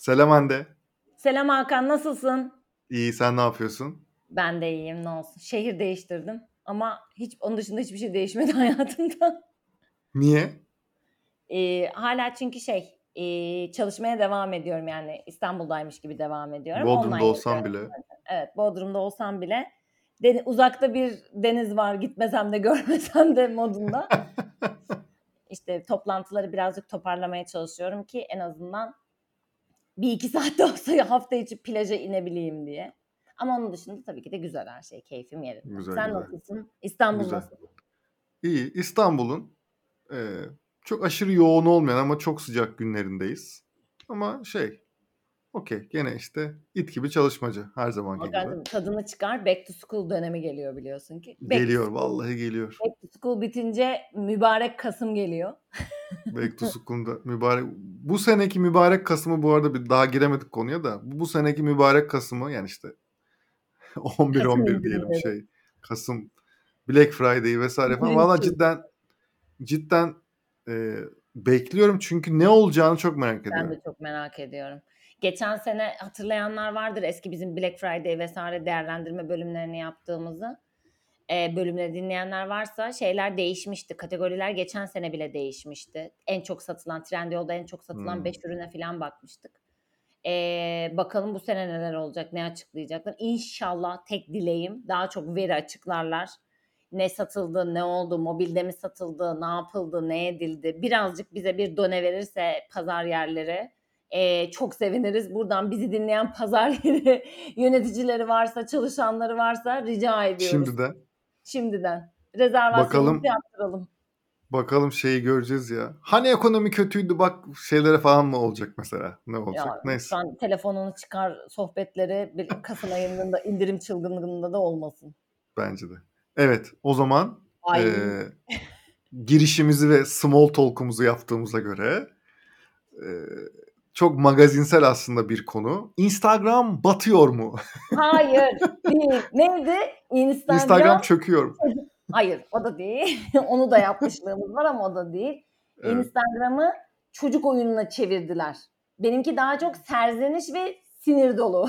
Selam Hande. Selam Hakan, nasılsın? İyi, sen ne yapıyorsun? Ben de iyiyim, ne olsun. Şehir değiştirdim ama onun dışında hiçbir şey değişmedi hayatımda. Niye? Hâlâ çünkü çalışmaya devam ediyorum, yani İstanbul'daymış gibi devam ediyorum. Bodrum'da Online olsam yapıyorum bile. sadece. Evet, Bodrum'da olsam bile uzakta bir deniz var, gitmesem de görmesem de modunda. İşte, toplantıları birazcık toparlamaya çalışıyorum ki en azından 1-2 saat de olsa hafta içi plaja inebileyim diye. Ama onun dışında tabii ki de güzel her şey, keyfim yerinde. Güzel, Sen güzel, nasılsın? İstanbul güzel. nasıl? İyi, İstanbul'un çok aşırı yoğun olmayan ama çok sıcak günlerindeyiz. Ama okey, gene işte it gibi çalışmacı her zamanki gibi. Bakalım tadını çıkar. Back to school dönemi geliyor biliyorsun ki. Geliyor, vallahi geliyor. Back to school bitince mübarek Kasım geliyor. Back to School'da mübarek... Bu seneki mübarek Kasım'ı bu arada daha giremedik konuya da. Bu seneki mübarek Kasım'ı yani işte Kasım 11-11 diyelim indirimleri, Kasım, Black Friday vesaire falan. indirim Valla çılgını. cidden bekliyorum çünkü ne olacağını çok merak Ben de ediyorum. çok merak ediyorum. Geçen sene hatırlayanlar vardır eski bizim Black Friday vesaire değerlendirme bölümlerini yaptığımızı. Bölümleri dinleyenler varsa şeyler değişmişti. Kategoriler geçen sene bile değişmişti. En çok satılan, Trendyol'da en çok satılan 5 Hmm. ürüne falan bakmıştık. Bakalım bu sene neler olacak, ne açıklayacaklar. İnşallah tek dileğim daha çok veri açıklarlar. Ne satıldı, ne oldu, mobilde mi satıldı, ne yapıldı, ne edildi. Birazcık bize bir done verirse pazar yerleri çok seviniriz. Buradan bizi dinleyen pazar yeri yöneticileri varsa, çalışanları varsa rica ediyoruz. Şimdiden Şimdiden. Rezervasyonumuzu bakalım yaptıralım. şeyi göreceğiz ya. Hani ekonomi kötüydü bak şeylere falan mı olacak mesela? Ne olacak? Ya Neyse lütfen telefonunu çıkar sohbetleri bir Kasım ayında indirim çılgınlığında da olmasın. bence de. Evet, o zaman Ay. girişimizi ve small talk'umuzu yaptığımıza göre eee, çok magazinsel aslında bir konu. Instagram batıyor mu? Hayır, değil. Neydi? Instagram Instagram çöküyor. hayır, o da değil. Onu da yapmışlığımız var ama o da değil. Evet. Instagram'ı çocuk oyununa çevirdiler. Benimki daha çok serzeniş ve sinir dolu.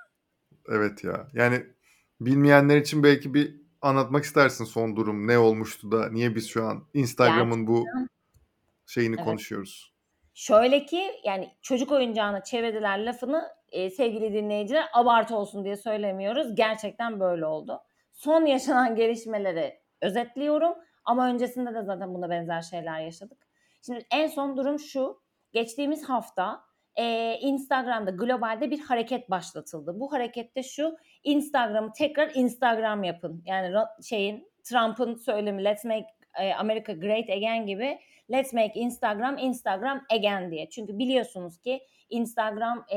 Evet ya. Yani bilmeyenler için belki bir anlatmak istersin son durum ne olmuştu da niye biz şu an Instagram'ın bu Gerçekten şeyini evet. konuşuyoruz. Şöyle ki yani çocuk oyuncağına çevirdiler lafını sevgili dinleyiciler abartı olsun diye söylemiyoruz. Gerçekten böyle oldu. Son yaşanan gelişmeleri özetliyorum ama öncesinde de zaten buna benzer şeyler yaşadık. Şimdi en son durum şu. Geçtiğimiz hafta Instagram'da globalde bir hareket başlatıldı. Bu harekette şu Instagram'ı tekrar Instagram yapın. Yani Trump'ın söylemi Let's Make America Great Again gibi Let's make Instagram again diye. Çünkü biliyorsunuz ki Instagram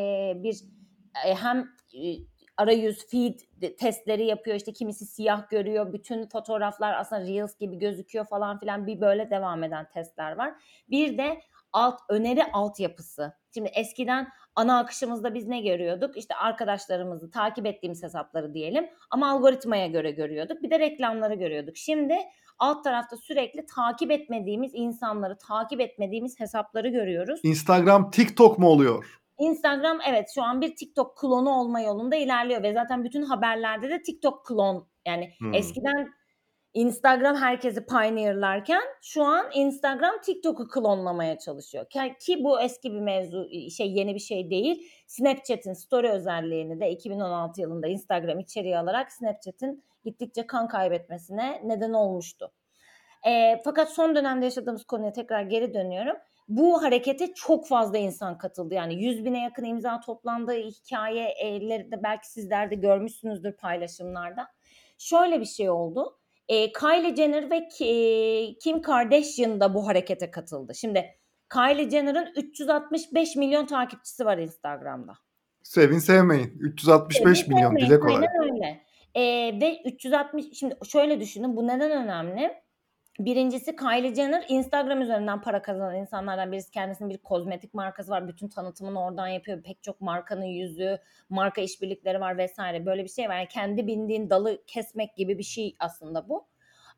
hem arayüz feed testleri yapıyor. İşte kimisi siyah görüyor. Bütün fotoğraflar aslında Reels gibi gözüküyor falan filan. Bir böyle devam eden testler var. Bir de öneri altyapısı. Şimdi eskiden ana akışımızda biz ne görüyorduk? İşte arkadaşlarımızı takip ettiğimiz hesapları diyelim ama algoritmaya göre görüyorduk. Bir de reklamları görüyorduk. Şimdi alt tarafta sürekli takip etmediğimiz insanları, takip etmediğimiz hesapları görüyoruz. Instagram TikTok mu oluyor? Instagram evet şu an bir TikTok klonu olma yolunda ilerliyor ve zaten bütün haberlerde de TikTok klon. Yani Hmm. eskiden Instagram herkesi pioneer'larken şu an Instagram TikTok'u klonlamaya çalışıyor. Ki bu eski bir mevzu, yeni bir şey değil. Snapchat'in story özelliğini de 2016 yılında Instagram içeriği alarak Snapchat'in gittikçe kan kaybetmesine neden olmuştu. Fakat son dönemde yaşadığımız konuya tekrar geri dönüyorum. Bu harekete çok fazla insan katıldı. Yani 100.000'e yakın imza toplandığı hikayeleri de belki sizler de görmüşsünüzdür paylaşımlarda. Şöyle bir şey oldu. Kylie Jenner ve Kim Kardashian da bu harekete katıldı. Şimdi Kylie Jenner'ın 365 milyon takipçisi var Instagram'da. Sevin sevmeyin. 365 Sevin milyon sevmeyin dile kolay. aynen öyle. Ve 360 şimdi şöyle düşünün bu neden önemli? Birincisi Kylie Jenner Instagram üzerinden para kazanan insanlardan birisi. Kendisinin bir kozmetik markası var. Bütün tanıtımını oradan yapıyor. Pek çok markanın yüzü, marka işbirlikleri var vesaire. Böyle bir şey var. Yani kendi bindiğin dalı kesmek gibi bir şey aslında bu.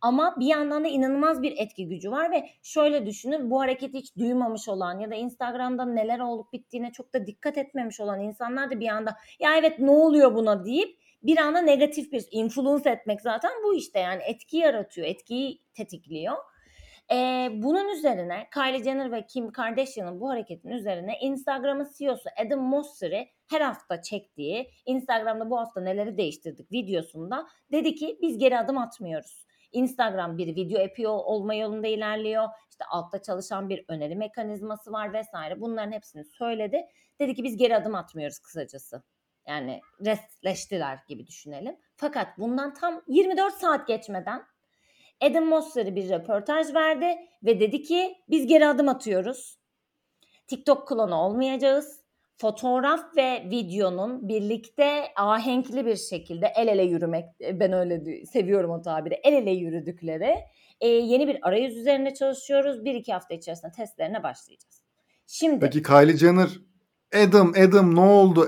Ama bir yandan da inanılmaz bir etki gücü var ve şöyle düşünün, bu hareketi hiç duymamış olan ya da Instagram'da neler olup bittiğine çok da dikkat etmemiş olan insanlar da bir anda ya evet ne oluyor buna deyip bir anda negatif bir influence etmek zaten bu işte, yani etki yaratıyor, etkiyi tetikliyor. Bunun üzerine Kylie Jenner ve Kim Kardashian'ın bu hareketin üzerine Instagram'ın CEO'su Adam Mosseri her hafta çektiği Instagram'da bu hafta neleri değiştirdik videosunda dedi ki biz geri adım atmıyoruz. Instagram bir video API olma yolunda ilerliyor. İşte altta çalışan bir öneri mekanizması var vesaire. Bunların hepsini söyledi. Dedi ki biz geri adım atmıyoruz kısacası. Yani restleştiler gibi düşünelim. Fakat bundan tam 24 saat geçmeden Adam Mosseri bir röportaj verdi ve dedi ki biz geri adım atıyoruz. TikTok klonu olmayacağız. Fotoğraf ve videonun birlikte ahenkli bir şekilde el ele yürümek, ben öyle seviyorum o tabiri, el ele yürüdükleri yeni bir arayüz üzerinde çalışıyoruz. 1-2 hafta içerisinde testlerine başlayacağız. Şimdi Peki Kylie Jenner Adam ne oldu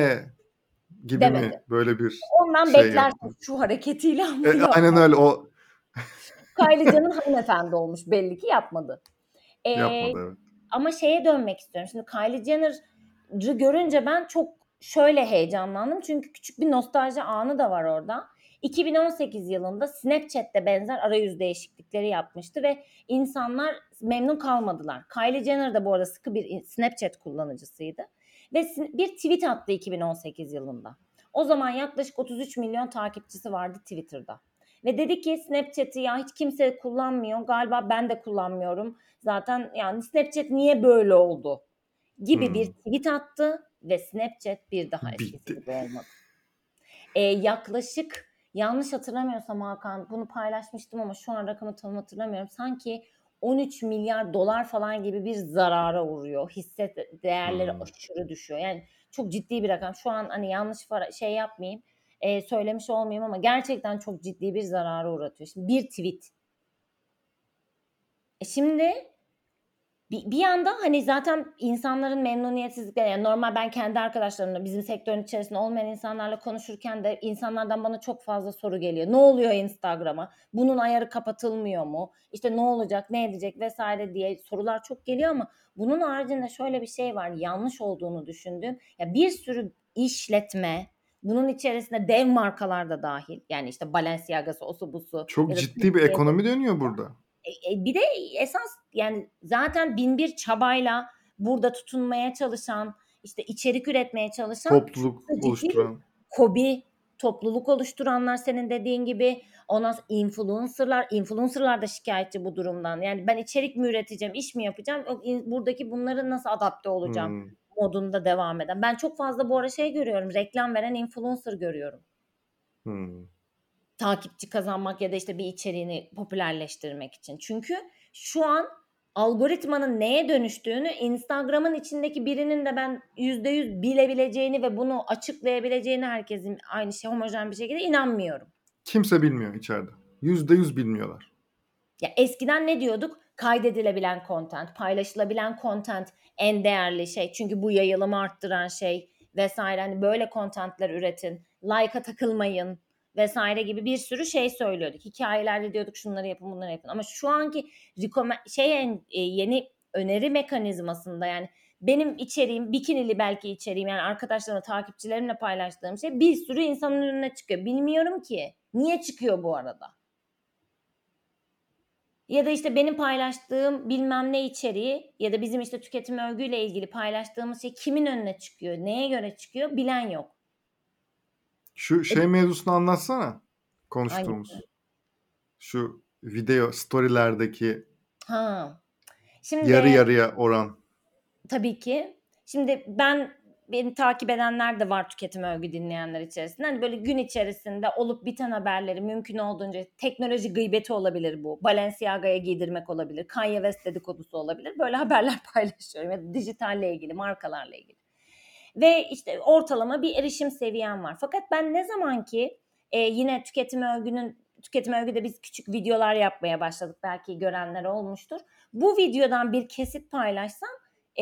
gibi demedi. mi böyle bir Ondan şey beklersin yaptı? şu hareketiyle ama Aynen öyle, o Kylie Jenner hanımefendi olmuş, belli ki yapmadı. yapmadı, evet. Ama şeye dönmek istiyorum. Şimdi Kylie Jenner'ı görünce ben çok şöyle heyecanlandım. Çünkü küçük bir nostalji anı da var orada. 2018 yılında Snapchat'te benzer arayüz değişiklikleri yapmıştı ve insanlar memnun kalmadılar. Kylie Jenner da bu arada sıkı bir Snapchat kullanıcısıydı. Ve bir tweet attı 2018 yılında. O zaman yaklaşık 33 milyon takipçisi vardı Twitter'da. Ve dedi ki Snapchat'i ya hiç kimse kullanmıyor. Galiba ben de kullanmıyorum. Zaten yani Snapchat niye böyle oldu gibi bir tweet attı ve Snapchat bir daha eskisi Bitti. gibi olmadı. Yaklaşık, yanlış hatırlamıyorsam Hakan, bunu paylaşmıştım ama şu an rakamı tam hatırlamıyorum. Sanki 13 milyar dolar falan gibi bir zarara uğruyor. Hisse değerleri aşırı düşüyor. Yani çok ciddi bir rakam. Şu an hani yanlış şey yapmayayım, söylemiş olmayayım ama gerçekten çok ciddi bir zarara uğratıyor. Şimdi bir tweet. Şimdi bir yanda hani zaten insanların memnuniyetsizlikleri, yani normal ben kendi arkadaşlarımla, bizim sektörün içerisinde olmayan insanlarla konuşurken de insanlardan bana çok fazla soru geliyor. Ne oluyor Instagram'a? Bunun ayarı kapatılmıyor mu? İşte ne olacak, ne edecek vesaire diye sorular çok geliyor ama bunun haricinde şöyle bir şey var, yanlış olduğunu düşündüğüm. Ya bir sürü işletme, bunun içerisinde dev markalar da dahil. Yani işte Balenciaga'sı, osu busu Çok ya da ciddi bir ekonomi dönüyor burada. bir de esas yani zaten bin bir çabayla burada tutunmaya çalışan, işte içerik üretmeye çalışan çok Topluluk da ciddi bir oluşturan. KOBİ, topluluk oluşturanlar senin dediğin gibi. Ondan sonra influencerlar da şikayetçi bu durumdan. Yani ben içerik mi üreteceğim, iş mi yapacağım, buradaki bunların nasıl adapte olacağım modunda devam eden. Ben çok fazla bu ara şey görüyorum, reklam veren influencer görüyorum. Takipçi kazanmak ya da işte bir içeriğini popülerleştirmek için. Çünkü şu an algoritmanın neye dönüştüğünü Instagram'ın içindeki birinin de ben %100 bilebileceğini ve bunu açıklayabileceğini, herkesin aynı şey homojen bir şekilde inanmıyorum. Kimse bilmiyor içeride. %100 bilmiyorlar. Ya eskiden ne diyorduk? Kaydedilebilen content, paylaşılabilen content en değerli şey. Çünkü bu yayılımı arttıran şey vesaire. Hani böyle contentler üretin, like'a takılmayın vesaire gibi bir sürü şey söylüyorduk. Hikayelerde diyorduk şunları yapın, bunları yapın. Ama şu anki yeni öneri mekanizmasında, yani benim içeriğim bikinili belki içeriğim, yani arkadaşlarımla, takipçilerimle paylaştığım şey bir sürü insanın önüne çıkıyor. Bilmiyorum ki niye çıkıyor bu arada. Ya da işte benim paylaştığım bilmem ne içeriği ya da bizim işte tüketim övgüyle ilgili paylaştığımız şey kimin önüne çıkıyor, neye göre çıkıyor bilen yok. Şu şey mevzusunu anlatsana, konuştuğumuz. Hangisi? Şu video storylerdeki Şimdi yarı yarıya oran. tabii ki. Şimdi beni takip edenler de var, tüketim övgü dinleyenler içerisinde. Hani böyle gün içerisinde olup biten haberleri mümkün olduğunca, teknoloji gıybeti olabilir bu. Balenciaga'ya giydirmek olabilir. Kanye West dedikodusu olabilir. Böyle haberler paylaşıyorum. Ya da dijitalle ilgili, markalarla ilgili. Ve işte ortalama bir erişim seviyem var. Fakat ben ne zaman ki yine tüketim övgüde biz küçük videolar yapmaya başladık. Belki görenler olmuştur. Bu videodan bir kesit paylaşsam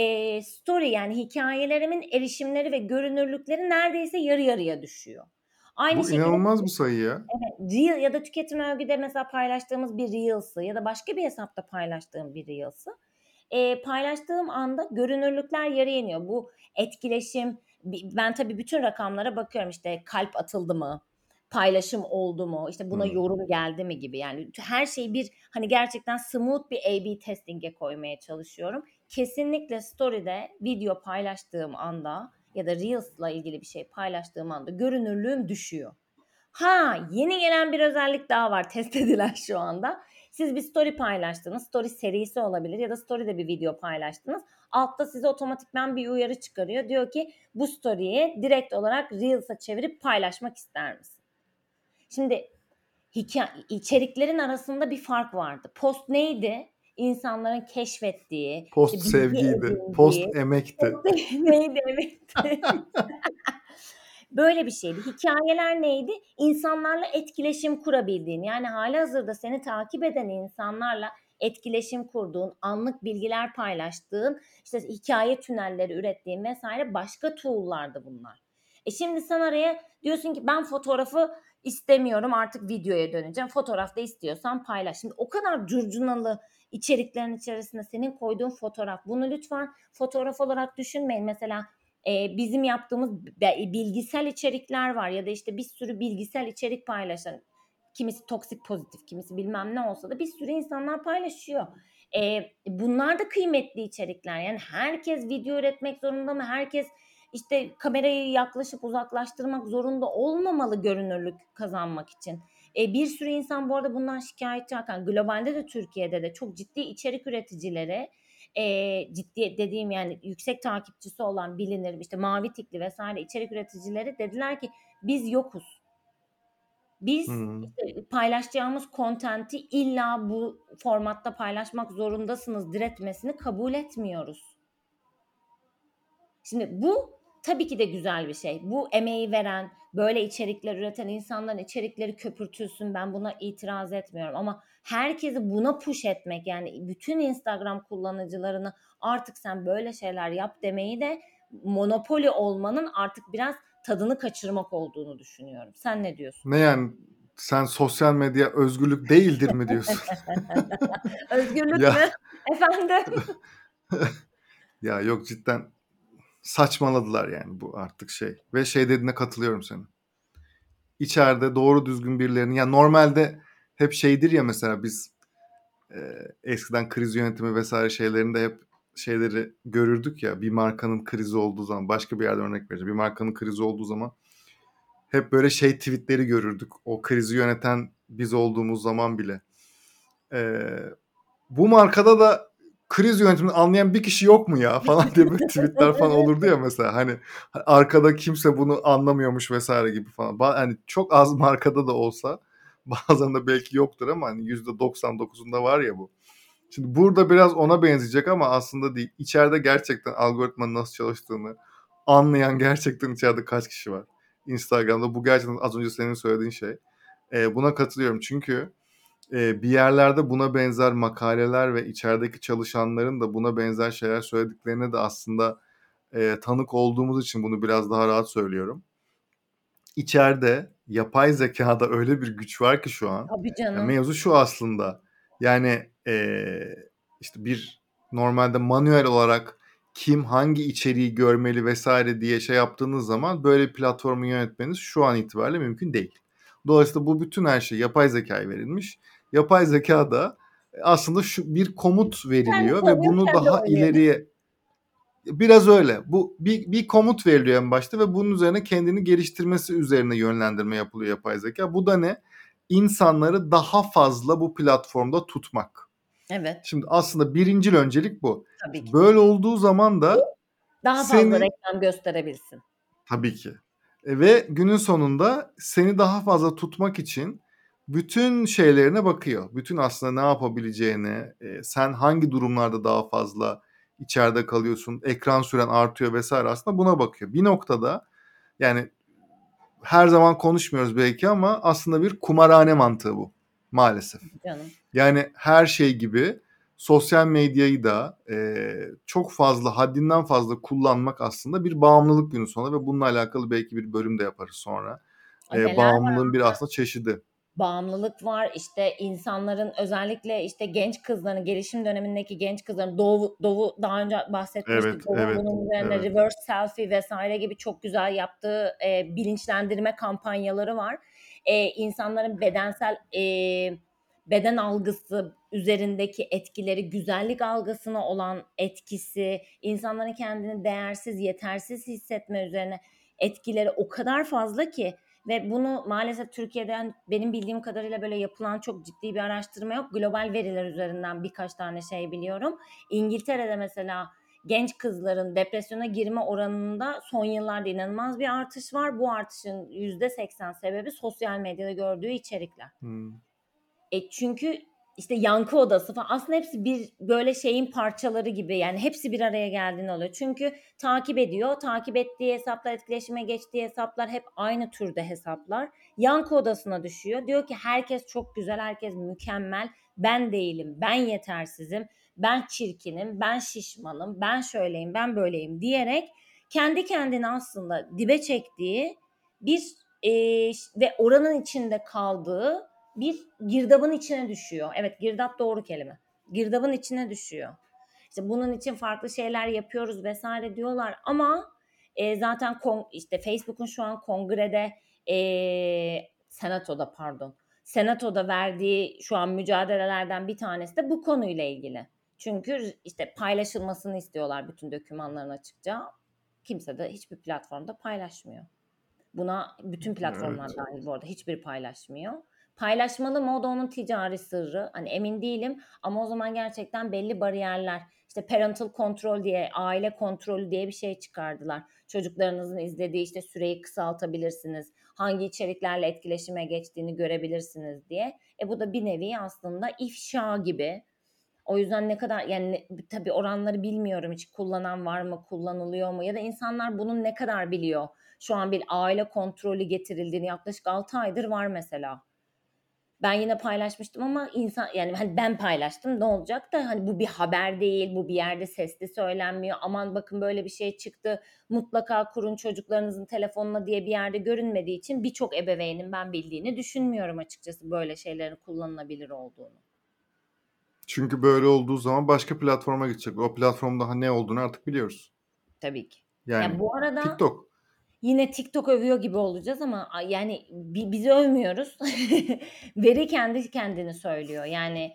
story, yani hikayelerimin erişimleri ve görünürlükleri neredeyse yarı yarıya düşüyor. Aynı Bu şekilde inanılmaz bir sayı ya. evet, Reel ya da tüketim övgüde mesela paylaştığımız bir Reels'ı ya da başka bir hesapta paylaştığım bir Reels'ı paylaştığım anda görünürlükler yarı iniyor. Bu etkileşim, ben tabii bütün rakamlara bakıyorum, işte kalp atıldı mı, paylaşım oldu mu, işte buna yorum geldi mi gibi, yani her şeyi bir hani gerçekten smooth bir A/B testing'e koymaya çalışıyorum. Kesinlikle story'de video paylaştığım anda ya da Reels'la ilgili bir şey paylaştığım anda görünürlüğüm düşüyor. Yeni gelen bir özellik daha var, test edilen şu anda. Siz bir story paylaştınız. Story serisi olabilir ya da story'de bir video paylaştınız. Altta size otomatikman bir uyarı çıkarıyor. Diyor ki bu story'yi direkt olarak Reels'a çevirip paylaşmak ister misin? Şimdi içeriklerin arasında bir fark vardı. Post neydi? İnsanların keşfettiği, Post işte bilgi sevgiydi. Post edindiği. emekti. Post neydi? Evet. Böyle bir şeydi. Hikayeler neydi? İnsanlarla etkileşim kurabildiğin, yani halihazırda seni takip eden insanlarla etkileşim kurduğun, anlık bilgiler paylaştığın, işte hikaye tünelleri ürettiğin vesaire başka tool'lardı bunlar. Şimdi sen araya diyorsun ki ben fotoğrafı istemiyorum, artık videoya döneceğim. Fotoğrafta istiyorsan paylaş. Şimdi o kadar curcunalı içeriklerin içerisinde senin koyduğun fotoğraf. Bunu lütfen fotoğraf olarak düşünmeyin. Mesela bizim yaptığımız bilgisel içerikler var ya da işte bir sürü bilgisel içerik paylaşan, kimisi toksik pozitif, kimisi bilmem ne olsa da bir sürü insanlar paylaşıyor. Bunlar da kıymetli içerikler. Yani herkes video üretmek zorunda mı? Herkes işte kamerayı yaklaşıp uzaklaştırmak zorunda olmamalı görünürlük kazanmak için. Bir sürü insan bu arada bundan şikayetçi Hakan. Globalde de Türkiye'de de çok ciddi içerik üreticileri, ciddi dediğim yani yüksek takipçisi olan bilinir, işte mavi tikli vesaire içerik üreticileri dediler ki biz yokuz. Biz işte paylaşacağımız kontenti illa bu formatta paylaşmak zorundasınız diretmesini kabul etmiyoruz. Şimdi bu tabii ki de güzel bir şey. Bu emeği veren, böyle içerikler üreten insanların içerikleri köpürtülsün, ben buna itiraz etmiyorum. Ama herkesi buna push etmek, yani bütün Instagram kullanıcılarını artık sen böyle şeyler yap demeyi de monopoli olmanın artık biraz tadını kaçırmak olduğunu düşünüyorum. Sen ne diyorsun? Ne yani, sen sosyal medya özgürlük değildir mi diyorsun? Özgürlük Ya mü? Efendim? ya yok, cidden saçmaladılar yani, bu artık şey. Ve şey dediğine katılıyorum senin. İçeride doğru düzgün birilerini, ya normalde hep şeydir ya, mesela biz eskiden kriz yönetimi vesaire şeylerinde hep şeyleri görürdük ya, bir markanın krizi olduğu zaman, başka bir yerde örnek vereceğim. Bir markanın krizi olduğu zaman hep böyle şey tweetleri görürdük. O krizi yöneten biz olduğumuz zaman bile. Bu markada da kriz yönetimini anlayan bir kişi yok mu ya falan diye böyle tweetler falan olurdu ya mesela. Hani arkada kimse bunu anlamıyormuş vesaire gibi falan. Hani çok az markada da olsa, bazen de belki yoktur ama hani %99'unda var ya bu. Şimdi burada biraz ona benzeyecek ama aslında değil. İçeride gerçekten algoritmanın nasıl çalıştığını anlayan gerçekten içeride kaç kişi var? Instagram'da bu gerçekten az önce senin söylediğin şey. Buna katılıyorum çünkü bir yerlerde buna benzer makaleler ve içerideki çalışanların da buna benzer şeyler söylediklerine de aslında tanık olduğumuz için bunu biraz daha rahat söylüyorum. İçeride yapay zekada öyle bir güç var ki şu an. Tabii Ya canım. mevzu şu aslında. Yani işte bir normalde manuel olarak kim hangi içeriği görmeli vesaire diye şey yaptığınız zaman böyle bir platformu yönetmeniz şu an itibariyle mümkün değil. Dolayısıyla bu bütün her şey yapay zekaya verilmiş. Yapay zeka da aslında şu bir komut Kendi veriliyor ve çalıyor, bunu kendi daha oynuyor. ileriye, biraz öyle. Bu bir komut veriliyor en başta ve bunun üzerine kendini geliştirmesi üzerine yönlendirme yapılıyor yapay zeka. Bu da ne? İnsanları daha fazla bu platformda tutmak. Evet, Şimdi aslında birincil öncelik bu. tabii ki de. Böyle olduğu zaman da Daha fazla seni, reklam gösterebilsin. tabii ki. Ve günün sonunda seni daha fazla tutmak için bütün şeylerine bakıyor. Bütün aslında ne yapabileceğini, sen hangi durumlarda daha fazla içeride kalıyorsun, ekran süren artıyor vesaire, aslında buna bakıyor. Bir noktada yani her zaman konuşmuyoruz belki ama aslında bir kumarhane mantığı bu maalesef. Canım. Yani her şey gibi sosyal medyayı da çok fazla, haddinden fazla kullanmak aslında bir bağımlılık günün sonunda ve bununla alakalı belki bir bölüm de yaparız sonra. Neler bağımlılığın bir aslında çeşidi. bağımlılık var. İşte insanların özellikle işte genç kızların gelişim dönemindeki genç kızların Doğu daha önce bahsetmiştik. Evet, Doğu'nun evet, bunun üzerine evet. reverse selfie vesaire gibi çok güzel yaptığı bilinçlendirme kampanyaları var. İnsanların beden algısı üzerindeki etkileri, güzellik algısına olan etkisi, insanların kendini değersiz, yetersiz hissetme üzerine etkileri o kadar fazla ki ve bunu maalesef Türkiye'den benim bildiğim kadarıyla böyle yapılan çok ciddi bir araştırma yok. Global veriler üzerinden birkaç tane şey biliyorum. İngiltere'de mesela genç kızların depresyona girme oranında son yıllarda inanılmaz bir artış var. Bu artışın %80 sebebi sosyal medyada gördüğü içerikler. Hmm. Çünkü işte yankı odası falan aslında hepsi bir böyle şeyin parçaları gibi, yani hepsi bir araya geldiğinde oluyor. Çünkü takip ediyor. Takip ettiği hesaplar, etkileşime geçtiği hesaplar hep aynı türde hesaplar. Yankı odasına düşüyor. Diyor ki herkes çok güzel, herkes mükemmel. Ben değilim, ben yetersizim, ben çirkinim, ben şişmanım, ben şöyleyim, ben böyleyim diyerek kendi kendini aslında dibe çektiği bir e, ve oranın içinde kaldığı bir girdabın içine düşüyor. Evet, girdap doğru kelime. Girdabın içine düşüyor. İşte bunun için farklı şeyler yapıyoruz vesaire diyorlar ama zaten işte Facebook'un şu an kongrede senatoda verdiği şu an mücadelelerden bir tanesi de bu konuyla ilgili. Çünkü işte paylaşılmasını istiyorlar bütün dokümanların açıkça. Kimse de hiçbir platformda paylaşmıyor. Buna bütün platformlar Evet. dahil bu arada, hiçbir paylaşmıyor. Paylaşmalı mı, o da onun ticari sırrı. Hani emin değilim ama o zaman gerçekten belli bariyerler, işte parental control diye, aile kontrolü diye bir şey çıkardılar. Çocuklarınızın izlediği işte süreyi kısaltabilirsiniz. Hangi içeriklerle etkileşime geçtiğini görebilirsiniz diye. Bu da bir nevi aslında ifşa gibi. O yüzden ne kadar, yani tabii oranları bilmiyorum, hiç kullanan var mı, kullanılıyor mu ya da insanlar bunun ne kadar biliyor. Şu an bir aile kontrolü getirildiğini yaklaşık 6 aydır var mesela. Ben yine paylaşmıştım ama insan, yani hani ben paylaştım, ne olacak da, hani bu bir haber değil, bu bir yerde sesli söylenmiyor. Aman bakın böyle bir şey çıktı, mutlaka kurun çocuklarınızın telefonuna diye bir yerde görünmediği için birçok ebeveynin ben bildiğini düşünmüyorum açıkçası böyle şeylerin kullanılabilir olduğunu. Çünkü böyle olduğu zaman başka platforma gidecek. O platformda ne olduğunu artık biliyoruz. Tabii ki. Ya Yani bu arada TikTok. yine TikTok övüyor gibi olacağız ama yani biz övmüyoruz. Veri kendi kendini söylüyor. Yani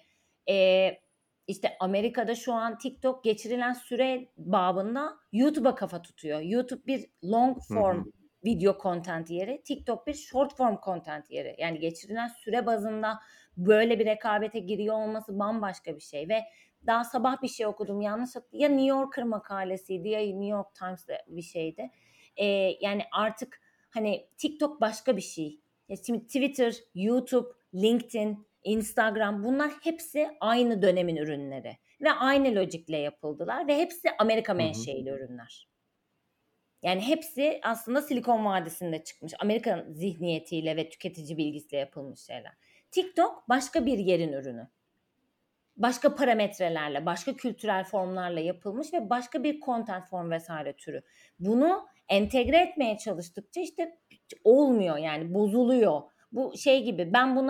işte Amerika'da şu an TikTok geçirilen süre babında YouTube'a kafa tutuyor. YouTube bir long Hı form hı. video content yeri, TikTok bir short form content yeri. Yani geçirilen süre bazında böyle bir rekabete giriyor olması bambaşka bir şey ve daha sabah bir şey okudum, ya New Yorker makalesiydi ya New York Times'da bir şeydi. Yani artık hani TikTok başka bir şey. Şimdi Twitter, YouTube, LinkedIn, Instagram, bunlar hepsi aynı dönemin ürünleri ve aynı lojikle yapıldılar ve hepsi Amerika Hı hı. menşeili ürünler. Yani hepsi aslında Silikon Vadisi'nde çıkmış. Amerikan zihniyetiyle ve tüketici bilgisiyle yapılmış şeyler. TikTok başka bir yerin ürünü. Başka parametrelerle, başka kültürel formlarla yapılmış ve başka bir content form vesaire türü. Bunu entegre etmeye çalıştıkça işte olmuyor, yani bozuluyor. Bu şey gibi,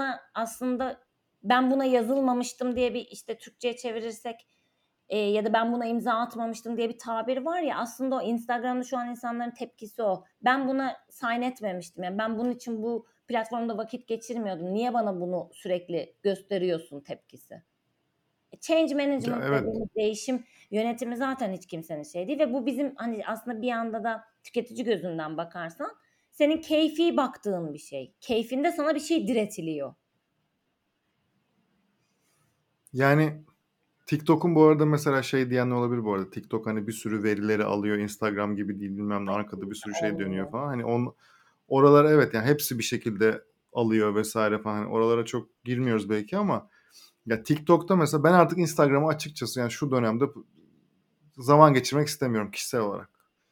ben buna yazılmamıştım diye bir, işte Türkçe'ye çevirirsek ya da ben buna imza atmamıştım diye bir tabir var ya, aslında o Instagram'da şu an insanların tepkisi o. Ben buna sign etmemiştim. Yani ben bunun için bu platformda vakit geçirmiyordum. Niye bana bunu sürekli gösteriyorsun tepkisi? Change Ya management evet. dediğimiz değişim yönetimi zaten hiç kimsenin şey değil ve bu bizim hani aslında bir anda da tüketici gözünden bakarsan senin keyfi baktığın bir şey. Keyfinde sana bir şey diretiliyor. Yani TikTok'un bu arada mesela şey diyen olabilir bu arada. TikTok hani bir sürü verileri alıyor. Instagram gibi değil bilmem ne. Ay, Arkada bir sürü şey dönüyor olmuyor. falan. Hani oralara evet yani hepsi bir şekilde alıyor vesaire falan. Hani oralara çok girmiyoruz belki ama ya TikTok'ta mesela ben artık Instagram'ı açıkçası yani şu dönemde zaman geçirmek istemiyorum kişisel olarak.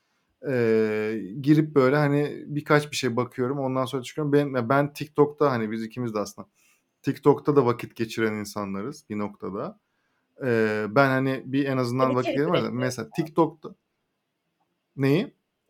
Girip böyle hani birkaç bir şey bakıyorum ondan sonra çıkıyorum. Ben TikTok'ta hani biz ikimiz de aslında TikTok'ta da vakit geçiren insanlarız bir noktada. Ben hani bir en azından vakit İçerik geçiremez. üretiyorsun. Mesela TikTok'ta neyi?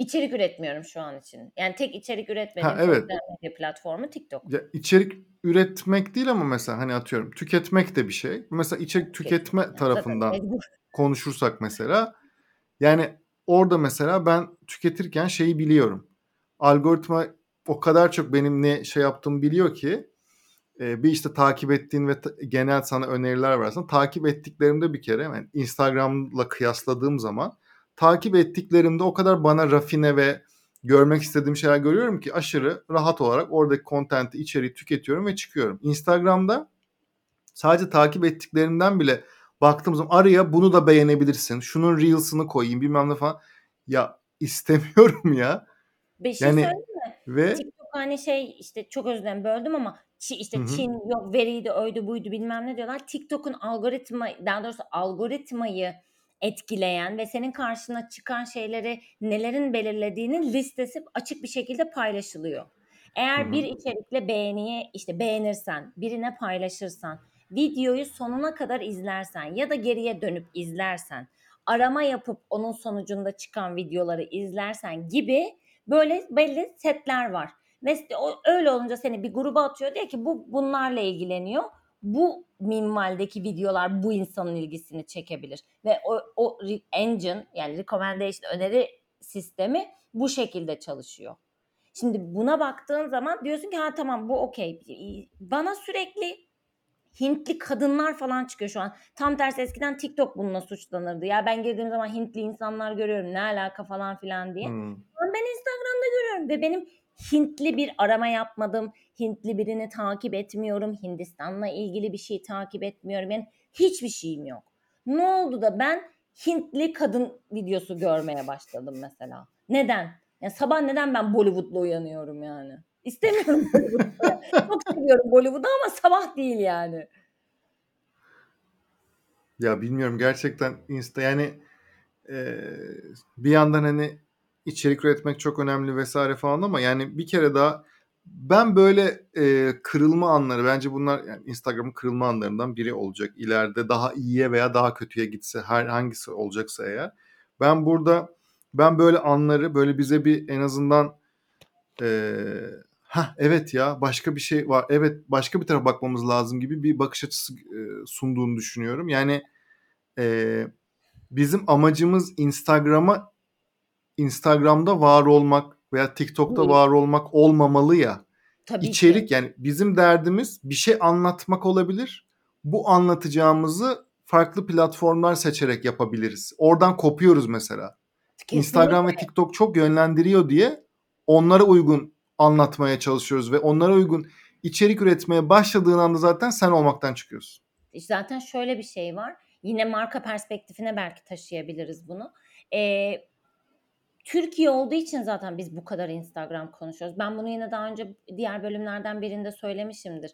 İçerik üretmiyorum şu an için. Yani tek içerik Ha üretmediğim evet. sosyal medya platformu TikTok. Ya içerik üretmek değil ama mesela hani atıyorum tüketmek de bir şey. Mesela içerik Tüketiyorum. tüketme Yani zaten tarafından mecbur. konuşursak mesela yani orada mesela ben tüketirken şeyi biliyorum. Algoritma o kadar çok benim ne şey yaptığımı biliyor ki bir işte takip ettiğin ve genel sana öneriler versen takip ettiklerimde bir kere yani Instagram'la kıyasladığım zaman takip ettiklerimde o kadar bana rafine ve görmek istediğim şeyler görüyorum ki aşırı rahat olarak oradaki content'i, içeriği tüketiyorum ve çıkıyorum. Instagram'da sadece takip ettiklerimden bile baktığım zaman araya bunu da beğenebilirsin. Şunun reels'ını koyayım bilmem ne falan. Ya istemiyorum ya. Bir şey Yani söyleyeyim mi? ve TikTok hani şey işte çok özür dilerim böldüm ama hı işte hı, Çin yok veriydi oydu buydu bilmem ne diyorlar. TikTok'un daha doğrusu algoritmayı etkileyen ve senin karşına çıkan şeyleri nelerin belirlediğinin listesi açık bir şekilde paylaşılıyor. hı Eğer bir hı, içerikle işte beğenirsen, birine paylaşırsan, videoyu sonuna kadar izlersen ya da geriye dönüp izlersen, arama yapıp onun sonucunda çıkan videoları izlersen gibi böyle belli setler var. Ve öyle olunca seni bir gruba atıyor diyor ki bu bunlarla ilgileniyor. Bu minvaldeki videolar bu insanın ilgisini çekebilir. Ve o engine yani recommendation öneri sistemi bu şekilde çalışıyor. Şimdi buna baktığın zaman diyorsun ki ha tamam bu okey. Bana sürekli Hintli kadınlar falan çıkıyor şu an. Tam tersi eskiden TikTok bununla suçlanırdı. Ya ben girdiğim zaman Hintli insanlar görüyorum. Ne alaka falan filan diye. hı. Şu an ben Instagram'da görüyorum ve benim Hintli bir arama yapmadım. Hintli birini takip etmiyorum. Hindistan'la ilgili bir şey takip etmiyorum. Yani hiçbir şeyim yok. Ne oldu da ben Hintli kadın videosu görmeye başladım mesela. Neden? Ya sabah neden ben Bollywood'la uyanıyorum yani? İstemiyorum Bollywood'la. Çok seviyorum Bollywood'u ama sabah değil yani. Ya bilmiyorum gerçekten yani bir yandan hani içerik üretmek çok önemli vesaire falan ama yani bir kere daha ben böyle kırılma anları bence bunlar yani Instagram'ın kırılma anlarından biri olacak. İleride daha iyiye veya daha kötüye gitse her hangisi olacaksa eğer. Ben böyle anları böyle bize bir en azından evet ya başka bir şey var. Evet başka bir tarafa bakmamız lazım gibi bir bakış açısı sunduğunu düşünüyorum. Yani e, bizim amacımız Instagram'da var olmak veya TikTok'ta Değil. var olmak olmamalı ya. Tabii ki. İçerik yani bizim derdimiz bir şey anlatmak olabilir. Bu anlatacağımızı farklı platformlar seçerek yapabiliriz. Oradan kopuyoruz mesela. Instagram ve Kesinlikle. TikTok çok yönlendiriyor diye onlara uygun anlatmaya çalışıyoruz ve onlara uygun içerik üretmeye başladığın anda zaten sen olmaktan çıkıyorsun. Zaten şöyle bir şey var. Yine marka perspektifine belki taşıyabiliriz bunu. Eee, Türkiye olduğu için zaten biz bu kadar Instagram konuşuyoruz. Ben bunu yine daha önce diğer bölümlerden birinde söylemişimdir.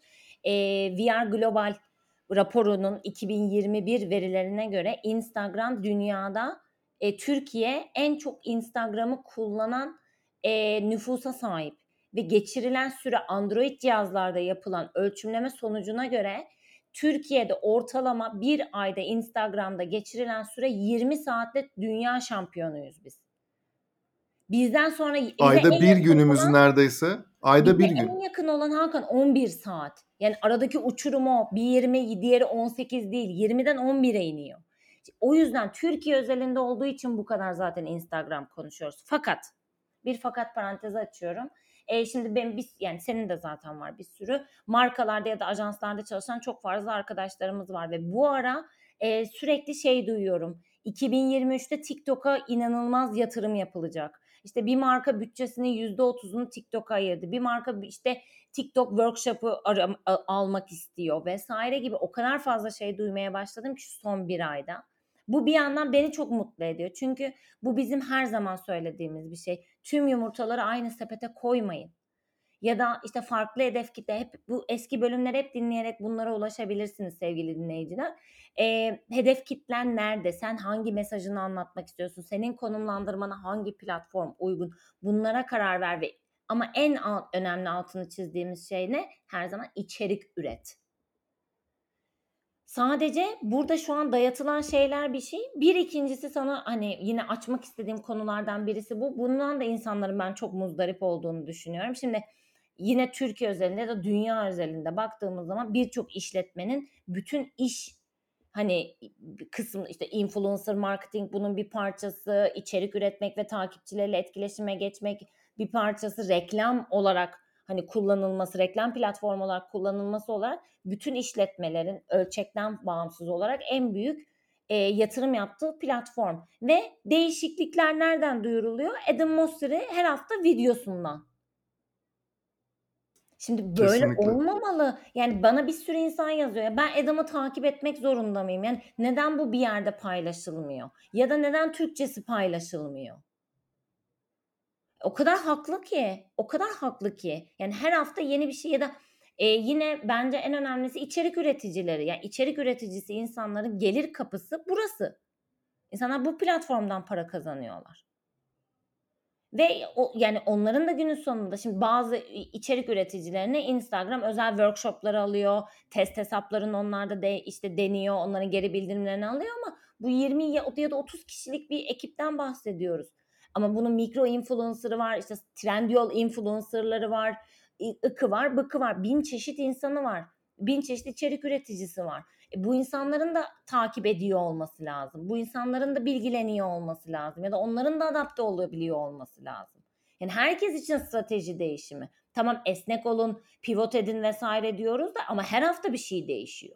VR Global raporunun 2021 verilerine göre Instagram dünyada Türkiye en çok Instagram'ı kullanan nüfusa sahip ve geçirilen süre Android cihazlarda yapılan ölçümleme sonucuna göre Türkiye'de ortalama bir ayda Instagram'da geçirilen süre 20 saatle dünya şampiyonuyuz biz. Bizden sonra bize Ayda en bir yakın günümüzü olan neredeyse. Ayda bize bir en gün. yakın olan Hakan 11 saat. Yani aradaki uçurum o. Bir 20, diğeri 18 değil. 20'den 11'e iniyor. O yüzden Türkiye özelinde olduğu için bu kadar zaten Instagram konuşuyoruz. Fakat bir fakat parantezi açıyorum. Şimdi yani senin de zaten var bir sürü markalarda ya da ajanslarda çalışan çok fazla arkadaşlarımız var ve bu ara sürekli şey duyuyorum. 2023'te TikTok'a inanılmaz yatırım yapılacak. İşte bir marka bütçesinin %30'unu TikTok'a ayırdı. Bir marka işte TikTok workshop'ı almak istiyor vesaire gibi o kadar fazla şey duymaya başladım ki şu son bir ayda. Bu bir yandan beni çok mutlu ediyor. Çünkü bu bizim her zaman söylediğimiz bir şey. Tüm yumurtaları aynı sepete koymayın. Ya da işte farklı hedef kitle hep bu eski bölümleri hep dinleyerek bunlara ulaşabilirsiniz sevgili dinleyiciler. Hedef kitlen nerede? Sen hangi mesajını anlatmak istiyorsun? Senin konumlandırmana hangi platform uygun? Bunlara karar ver ve ama önemli altını çizdiğimiz şey ne? Her zaman içerik üret. Sadece burada şu an dayatılan şeyler bir şey. Bir ikincisi sana hani yine açmak istediğim konulardan birisi bu. Bundan da insanların ben çok muzdarip olduğunu düşünüyorum. Şimdi yine Türkiye özelinde ya da dünya özelinde baktığımız zaman birçok işletmenin bütün iş hani kısım işte influencer marketing bunun bir parçası, içerik üretmek ve takipçileriyle etkileşime geçmek bir parçası, reklam olarak hani kullanılması, reklam platformu olarak kullanılması olarak bütün işletmelerin ölçekten bağımsız olarak en büyük yatırım yaptığı platform. Ve değişiklikler nereden duyuruluyor? Adam Mosseri her hafta videosundan. Şimdi böyle Kesinlikle. olmamalı. Yani bana bir sürü insan yazıyor. Ya ben Adam'ı takip etmek zorunda mıyım? Yani neden bu bir yerde paylaşılmıyor? Ya da neden Türkçesi paylaşılmıyor? O kadar haklı ki, o kadar haklı ki. Yani her hafta yeni bir şey ya da yine bence en önemlisi içerik üreticileri. Yani içerik üreticisi insanların gelir kapısı burası. İnsanlar bu platformdan para kazanıyorlar. Ve yani onların da günün sonunda şimdi bazı içerik üreticilerine Instagram özel workshop'ları alıyor. Test hesaplarını onlar da işte deniyor. Onların geri bildirimlerini alıyor ama bu 20 ya da 30 kişilik bir ekipten bahsediyoruz. Ama bunun mikro influencer'ı var, işte Trendyol influencer'ları var, ıkı var, bıkı var. 1000 çeşit insanı var. 1000 çeşit içerik üreticisi var. Bu insanların da takip ediyor olması lazım. Bu insanların da bilgileniyor olması lazım. Ya da onların da adapte olabiliyor olması lazım. Yani herkes için strateji değişimi. Tamam esnek olun, pivot edin vesaire diyoruz da ama her hafta bir şey değişiyor.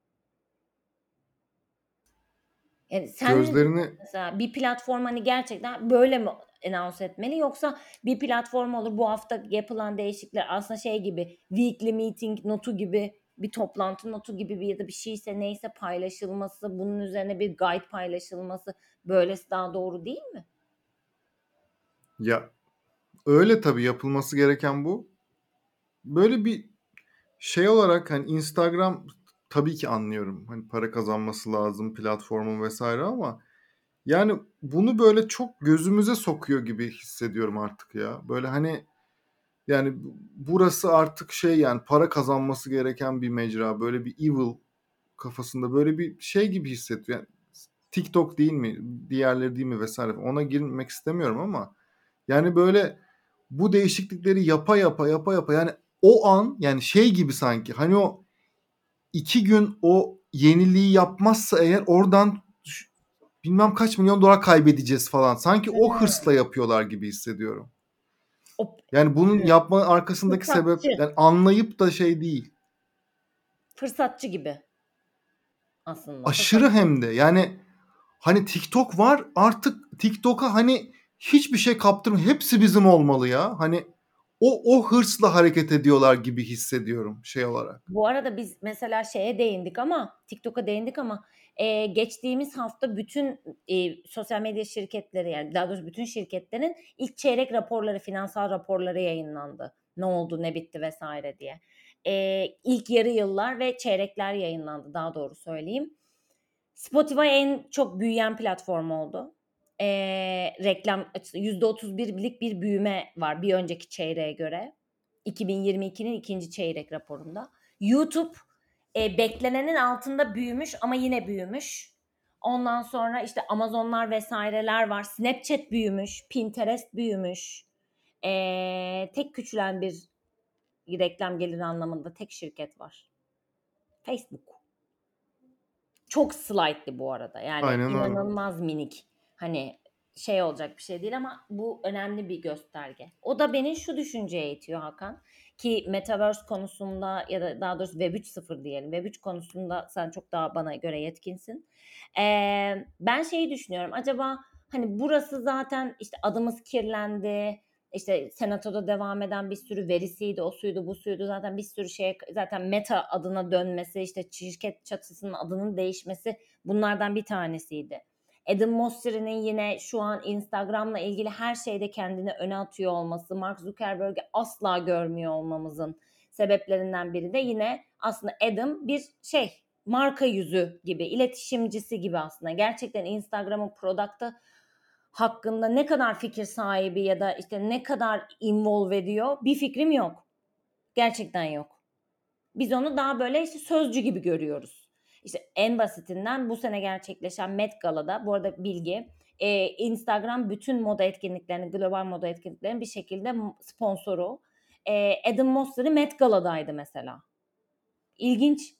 Yani sen ne Gözlerini mesela bir platform hani gerçekten böyle mi announce etmeli yoksa bir platform olur bu hafta yapılan değişiklikler aslında şey gibi weekly meeting notu gibi bir toplantı notu gibi bir ya da bir şeyse neyse paylaşılması bunun üzerine bir guide paylaşılması böylesi daha doğru değil mi? ya öyle tabii yapılması gereken bu. Böyle bir şey olarak hani Instagram tabii ki anlıyorum. Hani para kazanması lazım platformun vesaire ama yani bunu böyle çok gözümüze sokuyor gibi hissediyorum artık ya. Böyle hani yani burası artık şey yani para kazanması gereken bir mecra. Böyle bir evil kafasında böyle bir şey gibi hissediyor. Yani TikTok değil mi? Diğerleri değil mi vesaire. Ona girmek istemiyorum ama yani böyle bu değişiklikleri yapa yapa yani o an yani şey gibi sanki hani o 2 gün o yeniliği yapmazsa eğer oradan bilmem kaç milyon dolar kaybedeceğiz falan. Sanki o hırsla yapıyorlar gibi hissediyorum. O Yani bunun yapma arkasındaki sebep fırsatçı, yani anlayıp da şey değil. fırsatçı gibi aslında Aşırı fırsatçı. hem de yani hani TikTok var artık TikTok'a hani hiçbir şey kaptırmıyor. Hepsi bizim olmalı ya. Hani o hırsla hareket ediyorlar gibi hissediyorum şey olarak. Bu arada biz mesela şeye değindik ama TikTok'a değindik ama geçtiğimiz hafta bütün sosyal medya şirketleri yani daha doğrusu bütün şirketlerin ilk çeyrek raporları, finansal raporları yayınlandı. Ne oldu, ne bitti vesaire diye. İlk yarı yıllar ve çeyrekler yayınlandı daha doğru söyleyeyim. Spotify en çok büyüyen platform oldu. Reklam %31'lik bir büyüme var bir önceki çeyreğe göre. 2022'nin ikinci çeyrek raporunda. YouTube beklenenin altında büyümüş ama yine büyümüş. Ondan sonra işte Amazonlar vesaireler var. Snapchat büyümüş, Pinterest büyümüş. Tek küçülen bir reklam geliri anlamında tek şirket var. Facebook. Çok slightly bu arada. Yani Aynen öyle. inanılmaz minik. Hani şey olacak bir şey değil ama bu önemli bir gösterge. O da beni şu düşünceye itiyor Hakan. Ki Metaverse konusunda ya da daha doğrusu Web 3.0 diyelim. Web 3 konusunda sen çok daha bana göre yetkinsin. Ben şeyi düşünüyorum. Acaba hani burası zaten işte adımız kirlendi. İşte senatoda devam eden bir sürü verisiydi, o suydu, bu suydu. Zaten bir sürü şeye zaten Meta adına dönmesi, işte şirket çatısının adının değişmesi bunlardan bir tanesiydi. Adam Mosseri'nin yine şu an Instagram'la ilgili her şeyde kendini öne atıyor olması, Mark Zuckerberg'i asla görmüyor olmamızın sebeplerinden biri de yine aslında Adam bir şey marka yüzü gibi, iletişimcisi gibi aslında. Gerçekten Instagram'ın product'ı hakkında ne kadar fikir sahibi ya da işte ne kadar involve ediyor bir fikrim yok. Gerçekten yok. Biz onu daha böyle işte sözcü gibi görüyoruz. İşte en basitinden bu sene gerçekleşen Met Gala'da, bu arada bilgi, Instagram bütün moda etkinliklerinin, global moda etkinliklerinin bir şekilde sponsoru. Adam Mosseri Met Gala'daydı mesela. İlginç.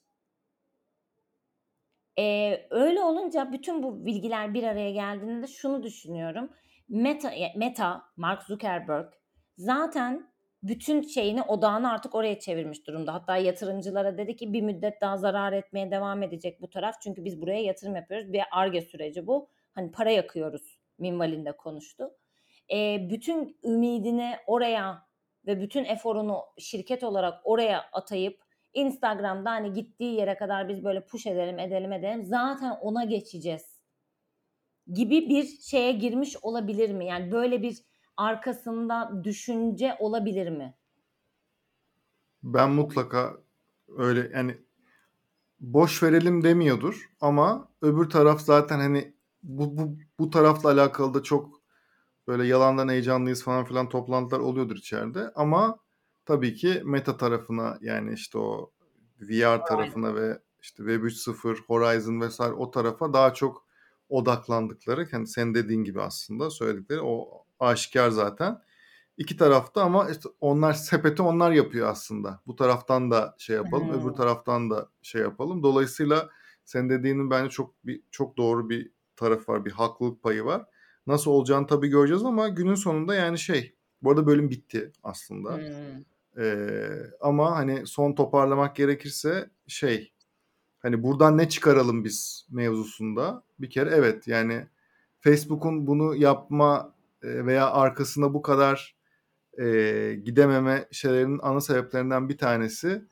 Öyle olunca bütün bu bilgiler bir araya geldiğinde şunu düşünüyorum. Meta, Mark Zuckerberg zaten bütün şeyini, odağını artık oraya çevirmiş durumda. Hatta yatırımcılara dedi ki bir müddet daha zarar etmeye devam edecek bu taraf. Çünkü biz buraya yatırım yapıyoruz. Bir Ar-Ge süreci bu. Hani para yakıyoruz minvalinde konuştu. Bütün ümidini oraya ve bütün eforunu şirket olarak oraya atayıp Instagram'da hani gittiği yere kadar biz böyle push edelim. Zaten ona geçeceğiz gibi bir şeye girmiş olabilir mi? Yani böyle bir arkasında düşünce olabilir mi? Ben mutlaka öyle, yani boş verelim demiyordur ama öbür taraf zaten hani bu tarafla alakalı da çok böyle yalandan heyecanlıyız falan filan toplantılar oluyordur içeride. Ama tabii ki Meta tarafına, yani işte o VR tarafına ve işte Web 3.0, Horizon vesaire o tarafa daha çok odaklandıkları, hani sen dediğin gibi aslında söyledikleri o aşikar zaten. İki tarafta ama işte onlar sepeti onlar yapıyor aslında. Bu taraftan da şey yapalım, öbür taraftan da şey yapalım. Dolayısıyla sen dediğinin bence çok doğru bir tarafı var, bir haklılık payı var. Nasıl olacağını tabii göreceğiz ama günün sonunda yani bu arada bölüm bitti aslında. Ama hani son toparlamak gerekirse hani buradan ne çıkaralım biz mevzusunda bir kere, evet yani Facebook'un bunu yapma veya arkasında bu kadar gidememe şeylerinin ana sebeplerinden bir tanesi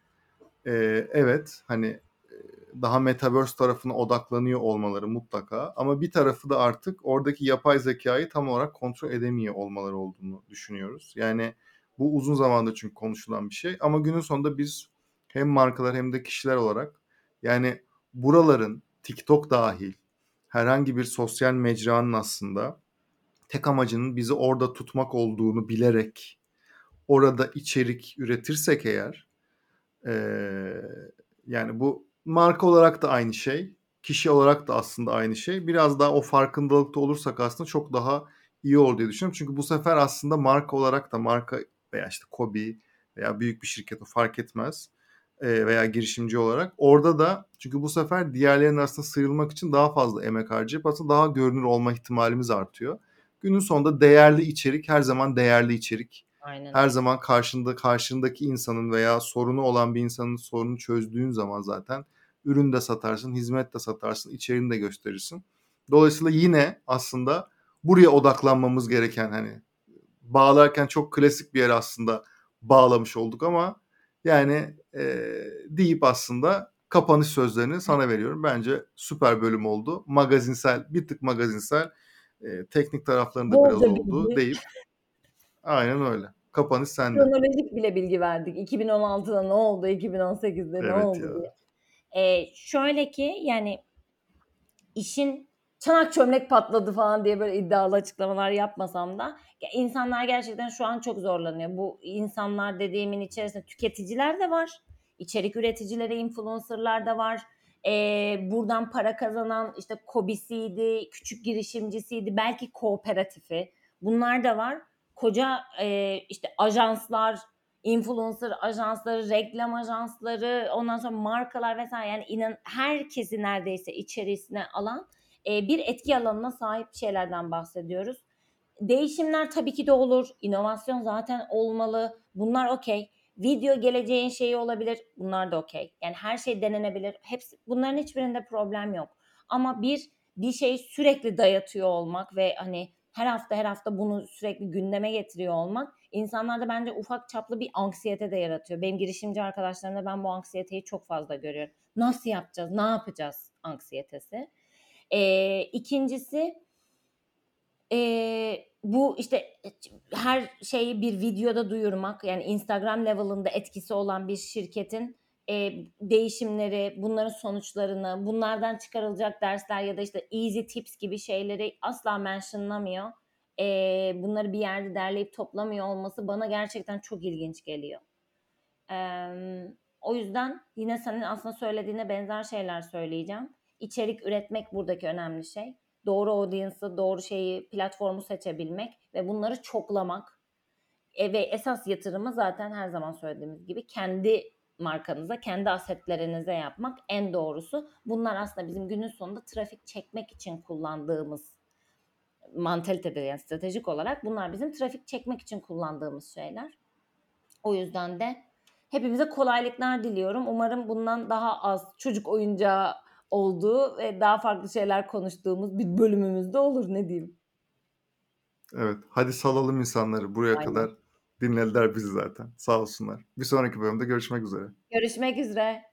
evet hani daha Metaverse tarafına odaklanıyor olmaları mutlaka, ama bir tarafı da artık oradaki yapay zekayı tam olarak kontrol edemiyor olmaları olduğunu düşünüyoruz. Yani bu uzun zamandır çünkü konuşulan bir şey, ama günün sonunda biz hem markalar hem de kişiler olarak, yani buraların TikTok dahil herhangi bir sosyal mecranın aslında tek amacının bizi orada tutmak olduğunu bilerek orada içerik üretirsek eğer, ee, yani bu marka olarak da aynı şey, kişi olarak da aslında aynı şey. Biraz daha o farkındalıkta olursak aslında çok daha iyi olur diye düşünüyorum. Çünkü bu sefer aslında marka olarak da, marka veya işte KOBİ veya büyük bir şirket, o fark etmez, veya girişimci olarak orada da, çünkü bu sefer diğerlerinin arasında sıyrılmak için daha fazla emek harcayıp aslında daha görünür olma ihtimalimiz artıyor. Günün sonunda değerli içerik her zaman değerli içerik. Aynen Her öyle. zaman karşındaki insanın veya sorunu olan bir insanın sorununu çözdüğün zaman zaten ürün de satarsın, hizmet de satarsın, içeriğini de gösterirsin. Dolayısıyla yine aslında buraya odaklanmamız gereken, hani bağlarken çok klasik bir yere aslında bağlamış olduk ama yani deyip aslında kapanış sözlerini sana veriyorum. Bence süper bölüm oldu. Magazinsel, bir tık magazinsel, teknik taraflarında biraz Bolca oldu bilgi, deyip aynen öyle. Kapanış sende. kronolojik bile bilgi verdik. 2016'da ne oldu, 2018'de ne Evet oldu ya. diye. Şöyle ki yani işin çanak çömlek patladı falan diye böyle iddialı açıklamalar yapmasam da insanlar gerçekten şu an çok zorlanıyor. Bu insanlar dediğimin içerisinde tüketiciler de var. İçerik üreticileri, influencerlar da var. Buradan para kazanan işte KOBİ'siydi, küçük girişimcisiydi, belki kooperatifi. Bunlar da var. Koca işte ajanslar, influencer ajansları, reklam ajansları, ondan sonra markalar vesaire, yani inan herkesi neredeyse içerisine alan bir etki alanına sahip şeylerden bahsediyoruz. Değişimler tabii ki de olur. İnovasyon zaten olmalı. Bunlar okey. Video geleceğin şeyi olabilir. Bunlar da okey. Yani her şey denenebilir. Hepsi, bunların hiçbirinde problem yok. Ama bir şey sürekli dayatıyor olmak ve hani her hafta bunu sürekli gündeme getiriyor olmak insanlarda bence ufak çaplı bir anksiyete de yaratıyor. Benim girişimci arkadaşlarımda ben bu anksiyeteyi çok fazla görüyorum. Nasıl yapacağız? Ne yapacağız anksiyetesi. İkincisi bu işte her şeyi bir videoda duyurmak, yani Instagram level'ında etkisi olan bir şirketin değişimleri, bunların sonuçlarını, bunlardan çıkarılacak dersler ya da işte easy tips gibi şeyleri asla mentionlamıyor. Bunları bir yerde derleyip toplamıyor olması bana gerçekten çok ilginç geliyor. O yüzden yine senin aslında söylediğine benzer şeyler söyleyeceğim. İçerik üretmek buradaki önemli şey. Doğru audience'ı, doğru şeyi, platformu seçebilmek ve bunları çoklamak. Ve esas yatırımı zaten her zaman söylediğimiz gibi kendi markanıza, kendi asetlerinize yapmak en doğrusu. Bunlar aslında bizim günün sonunda trafik çekmek için kullandığımız mantalitede, yani stratejik olarak bunlar bizim trafik çekmek için kullandığımız şeyler. O yüzden de hepimize kolaylıklar diliyorum. Umarım bundan daha az çocuk oyuncağı olduğu ve daha farklı şeyler konuştuğumuz bir bölümümüz de olur, ne diyeyim. Evet. Hadi salalım insanları. Buraya Aynen. kadar dinlediler bizi zaten. Sağ olsunlar. Bir sonraki bölümde görüşmek üzere. Görüşmek üzere.